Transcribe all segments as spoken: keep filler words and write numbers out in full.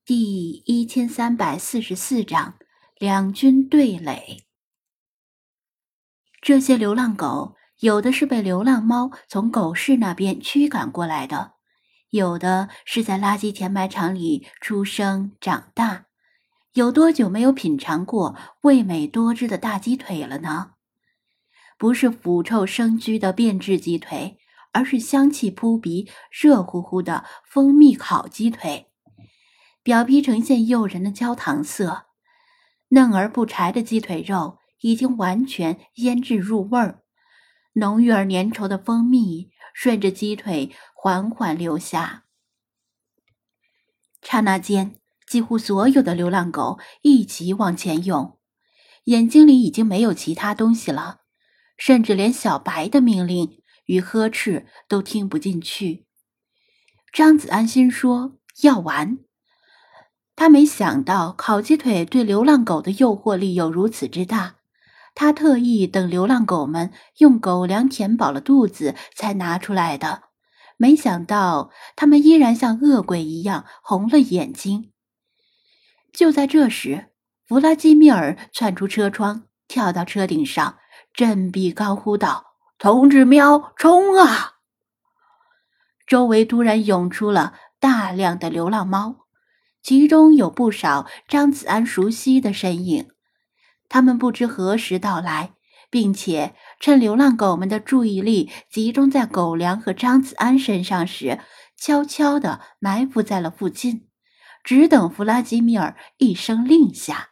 第一千三百四十四章两军对垒。这些流浪狗，有的是被流浪猫从狗市那边驱赶过来的，有的是在垃圾填埋场里出生长大。有多久没有品尝过味美多汁的大鸡腿了呢？不是腐臭生蛆的变质鸡腿，而是香气扑鼻、热乎乎的蜂蜜烤鸡腿。表皮呈现诱人的焦糖色，嫩而不柴的鸡腿肉已经完全腌制入味儿，浓郁而粘稠的蜂蜜顺着鸡腿缓缓流下。刹那间，几乎所有的流浪狗一起往前涌，眼睛里已经没有其他东西了，甚至连小白的命令与呵斥都听不进去。张子安心说要完。他没想到烤鸡腿对流浪狗的诱惑力有如此之大，他特意等流浪狗们用狗粮填饱了肚子才拿出来的，没想到他们依然像恶鬼一样红了眼睛。就在这时，弗拉基米尔窜出车窗，跳到车顶上，振臂高呼道：“同志喵，冲啊！”周围突然涌出了大量的流浪猫，其中有不少张子安熟悉的身影，他们不知何时到来，并且趁流浪狗们的注意力集中在狗粮和张子安身上时，悄悄地埋伏在了附近，只等弗拉基米尔一声令下。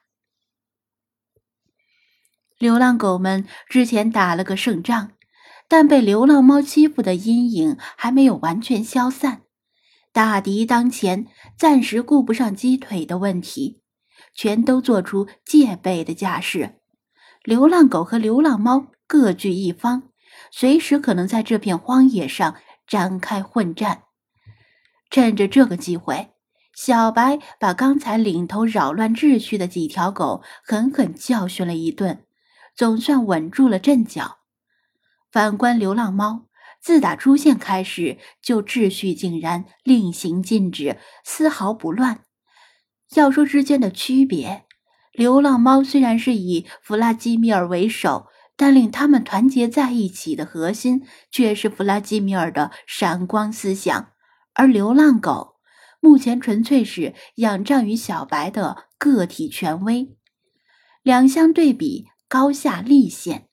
流浪狗们之前打了个胜仗，但被流浪猫欺负的阴影还没有完全消散。大敌当前，暂时顾不上鸡腿的问题，全都做出戒备的架势。流浪狗和流浪猫各据一方，随时可能在这片荒野上展开混战。趁着这个机会，小白把刚才领头扰乱秩序的几条狗狠狠教训了一顿，总算稳住了阵脚。反观流浪猫，自打出现开始就秩序井然，令行禁止，丝毫不乱。要说之间的区别，流浪猫虽然是以弗拉基米尔为首，但令他们团结在一起的核心却是弗拉基米尔的闪光思想，而流浪狗目前纯粹是仰仗于小白的个体权威。两相对比，高下立现。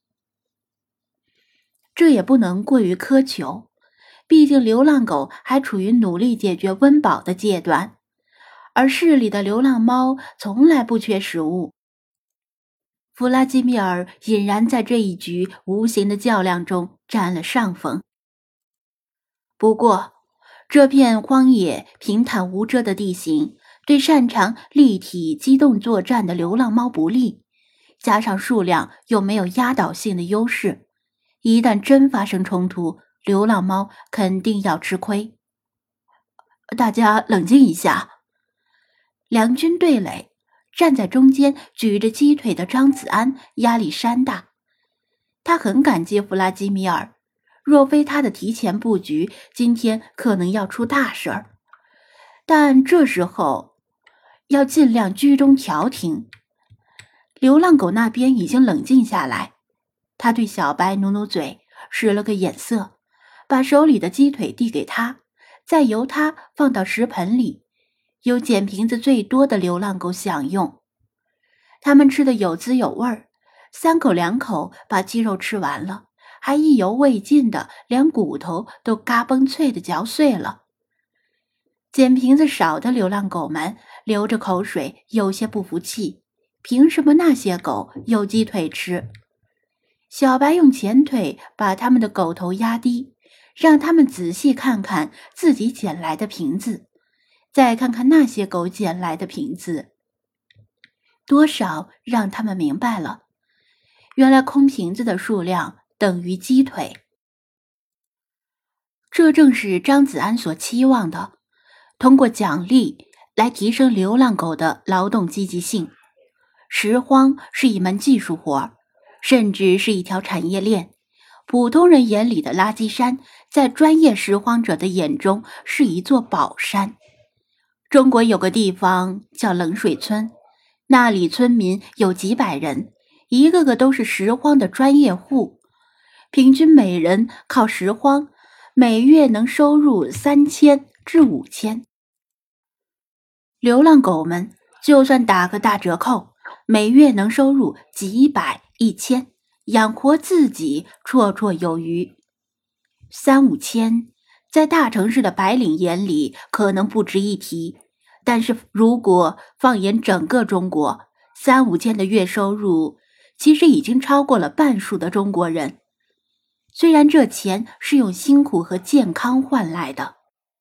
这也不能过于苛求，毕竟流浪狗还处于努力解决温饱的阶段，而市里的流浪猫从来不缺食物。弗拉基米尔隐然在这一局无形的较量中占了上风。不过，这片荒野平坦无遮的地形对擅长立体机动作战的流浪猫不利，加上数量又没有压倒性的优势，一旦真发生冲突，流浪猫肯定要吃亏。大家冷静一下。两军对垒，站在中间举着鸡腿的张子安压力山大。他很感激弗拉基米尔，若非他的提前布局，今天可能要出大事儿。但这时候要尽量居中调停。流浪狗那边已经冷静下来，他对小白努努嘴，使了个眼色，把手里的鸡腿递给他，再由他放到食盆里，由捡瓶子最多的流浪狗享用。他们吃得有滋有味儿，三口两口把鸡肉吃完了，还意犹未尽的连骨头都嘎嘣脆的嚼碎了。捡瓶子少的流浪狗们流着口水，有些不服气，凭什么那些狗有鸡腿吃？小白用前腿把他们的狗头压低，让他们仔细看看自己捡来的瓶子，再看看那些狗捡来的瓶子，多少让他们明白了，原来空瓶子的数量等于鸡腿。这正是张子安所期望的，通过奖励来提升流浪狗的劳动积极性。拾荒是一门技术活，甚至是一条产业链。普通人眼里的垃圾山，在专业拾荒者的眼中是一座宝山。 中国有个地方叫冷水村，那里村民有几百人，一个个都是拾荒的专业户，平均每人靠拾荒，每月能收入三千至五千。流浪狗们就算打个大折扣，每月能收入几百、一千，养活自己绰绰有余。三五千，在大城市的白领眼里可能不值一提，但是如果放眼整个中国，三五千的月收入其实已经超过了半数的中国人。虽然这钱是用辛苦和健康换来的。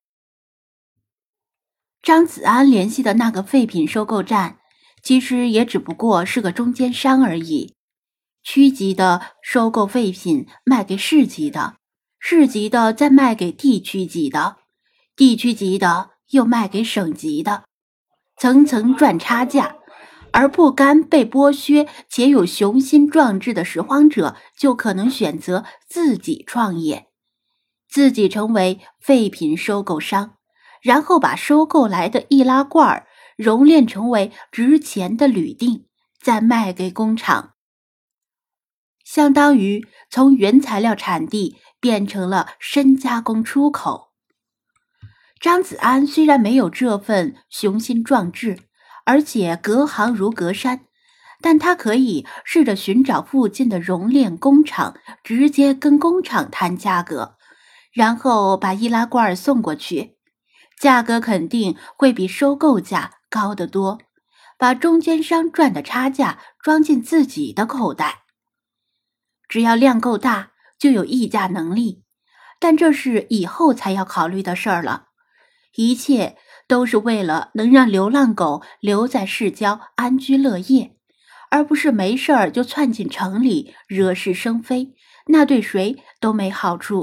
张子安联系的那个废品收购站，其实也只不过是个中间商而已。区级的收购废品卖给市级的，市级的再卖给地区级的，地区级的又卖给省级的，层层赚差价。而不甘被剥削且有雄心壮志的拾荒者，就可能选择自己创业，自己成为废品收购商，然后把收购来的易拉罐熔炼成为值钱的铝锭，再卖给工厂，相当于从原材料产地变成了深加工出口。张子安虽然没有这份雄心壮志，而且隔行如隔山，但他可以试着寻找附近的熔炼工厂，直接跟工厂谈价格，然后把易拉罐送过去，价格肯定会比收购价高得多，把中间商赚的差价装进自己的口袋。只要量够大，就有议价能力，但这是以后才要考虑的事儿了。一切都是为了能让流浪狗留在市郊安居乐业，而不是没事儿就窜进城里惹是生非，那对谁都没好处。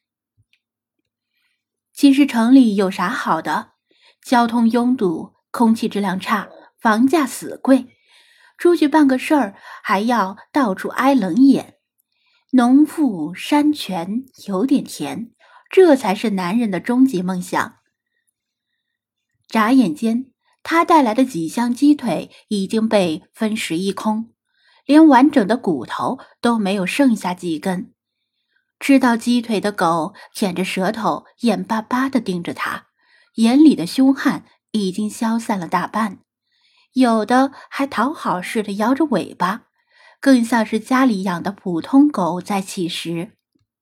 其实城里有啥好的？交通拥堵，空气质量差，房价死贵，出去办个事儿还要到处挨冷眼。农妇山泉有点甜，这才是男人的终极梦想。眨眼间，他带来的几箱鸡腿已经被分食一空，连完整的骨头都没有剩下几根。吃到鸡腿的狗舔着舌头，眼巴巴地盯着他，眼里的凶悍已经消散了大半，有的还讨好似的摇着尾巴，更像是家里养的普通狗在乞食。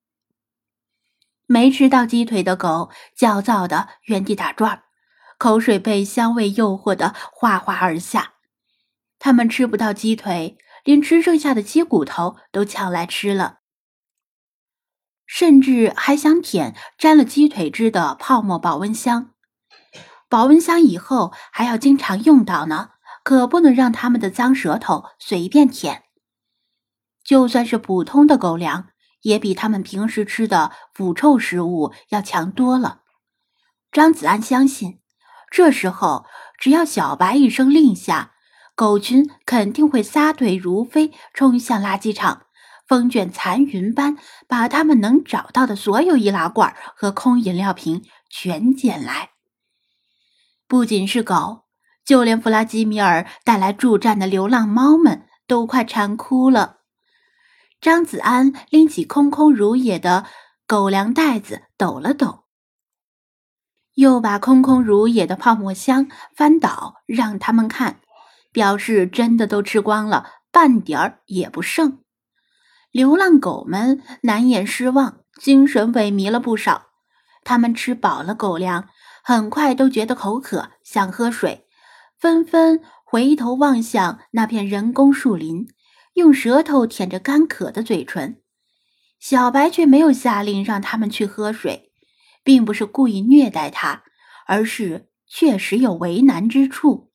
没吃到鸡腿的狗焦躁地原地打转，口水被香味诱惑的哗哗而下。他们吃不到鸡腿，连吃剩下的鸡骨头都抢来吃了，甚至还想舔沾了鸡腿汁的泡沫保温箱。保温箱以后还要经常用到呢，可不能让他们的脏舌头随便舔。就算是普通的狗粮，也比他们平时吃的腐臭食物要强多了。张子安相信，这时候只要小白一声令下，狗群肯定会撒腿如飞，冲向垃圾场，风卷残云般把他们能找到的所有易拉罐和空饮料瓶全捡来。不仅是狗，就连弗拉基米尔带来助战的流浪猫们都快馋哭了。张子安拎起空空如也的狗粮袋子抖了抖，又把空空如也的泡沫箱翻倒让他们看，表示真的都吃光了，半点儿也不剩。流浪狗们难掩失望，精神萎靡了不少。他们吃饱了狗粮，很快都觉得口渴，想喝水，纷纷回头望向那片人工树林，用舌头舔着干渴的嘴唇。小白却没有下令让他们去喝水，并不是故意虐待他，而是确实有为难之处。